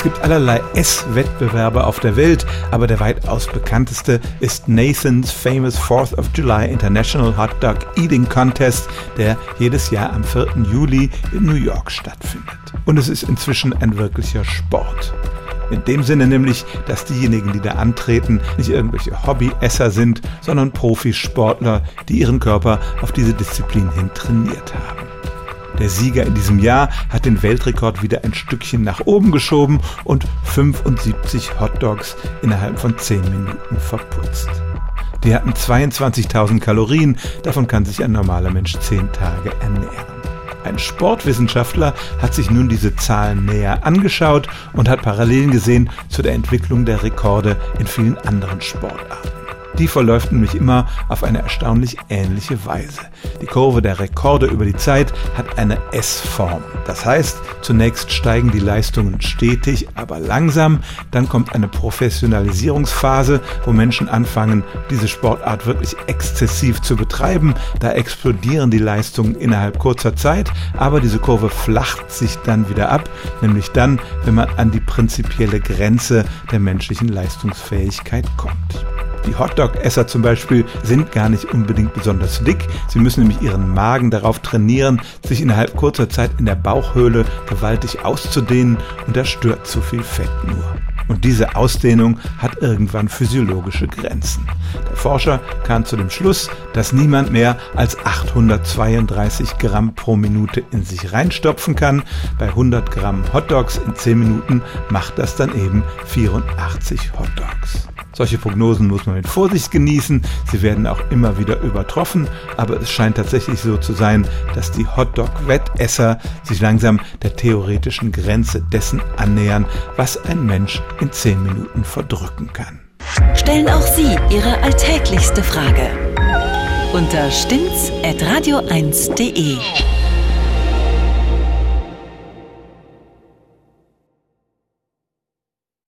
gibt allerlei Esswettbewerbe auf der Welt, aber der weitaus bekannteste ist Nathan's Famous 4th of July International Hot Dog Eating Contest, der jedes Jahr am 4. Juli in New York stattfindet. Und es ist inzwischen ein wirklicher Sport. In dem Sinne nämlich, dass diejenigen, die da antreten, nicht irgendwelche Hobbyesser sind, sondern Profisportler, die ihren Körper auf diese Disziplin hin trainiert haben. Der Sieger in diesem Jahr hat den Weltrekord wieder ein Stückchen nach oben geschoben und 75 Hotdogs innerhalb von 10 Minuten verputzt. Die hatten 22.000 Kalorien, davon kann sich ein normaler Mensch 10 Tage ernähren. Ein Sportwissenschaftler hat sich nun diese Zahlen näher angeschaut und hat Parallelen gesehen zu der Entwicklung der Rekorde in vielen anderen Sportarten. Die verläuft nämlich immer auf eine erstaunlich ähnliche Weise. Die Kurve der Rekorde über die Zeit hat eine S-Form. Das heißt, zunächst steigen die Leistungen stetig, aber langsam. Dann kommt eine Professionalisierungsphase, wo Menschen anfangen, diese Sportart wirklich exzessiv zu betreiben. Da explodieren die Leistungen innerhalb kurzer Zeit, aber diese Kurve flacht sich dann wieder ab, nämlich dann, wenn man an die prinzipielle Grenze der menschlichen Leistungsfähigkeit kommt. Die Hotdog-Esser zum Beispiel sind gar nicht unbedingt besonders dick. Sie müssen nämlich ihren Magen darauf trainieren, sich innerhalb kurzer Zeit in der Bauchhöhle gewaltig auszudehnen, und da stört zu viel Fett nur. Und diese Ausdehnung hat irgendwann physiologische Grenzen. Der Forscher kam zu dem Schluss, dass niemand mehr als 832 Gramm pro Minute in sich reinstopfen kann. Bei 100 Gramm Hotdogs in 10 Minuten macht das dann eben 84 Hotdogs. Solche Prognosen muss man mit Vorsicht genießen, sie werden auch immer wieder übertroffen, aber es scheint tatsächlich so zu sein, dass die Hotdog-Wettesser sich langsam der theoretischen Grenze dessen annähern, was ein Mensch in 10 Minuten verdrücken kann. Stellen auch Sie Ihre alltäglichste Frage unter stimmt's@radio1.de.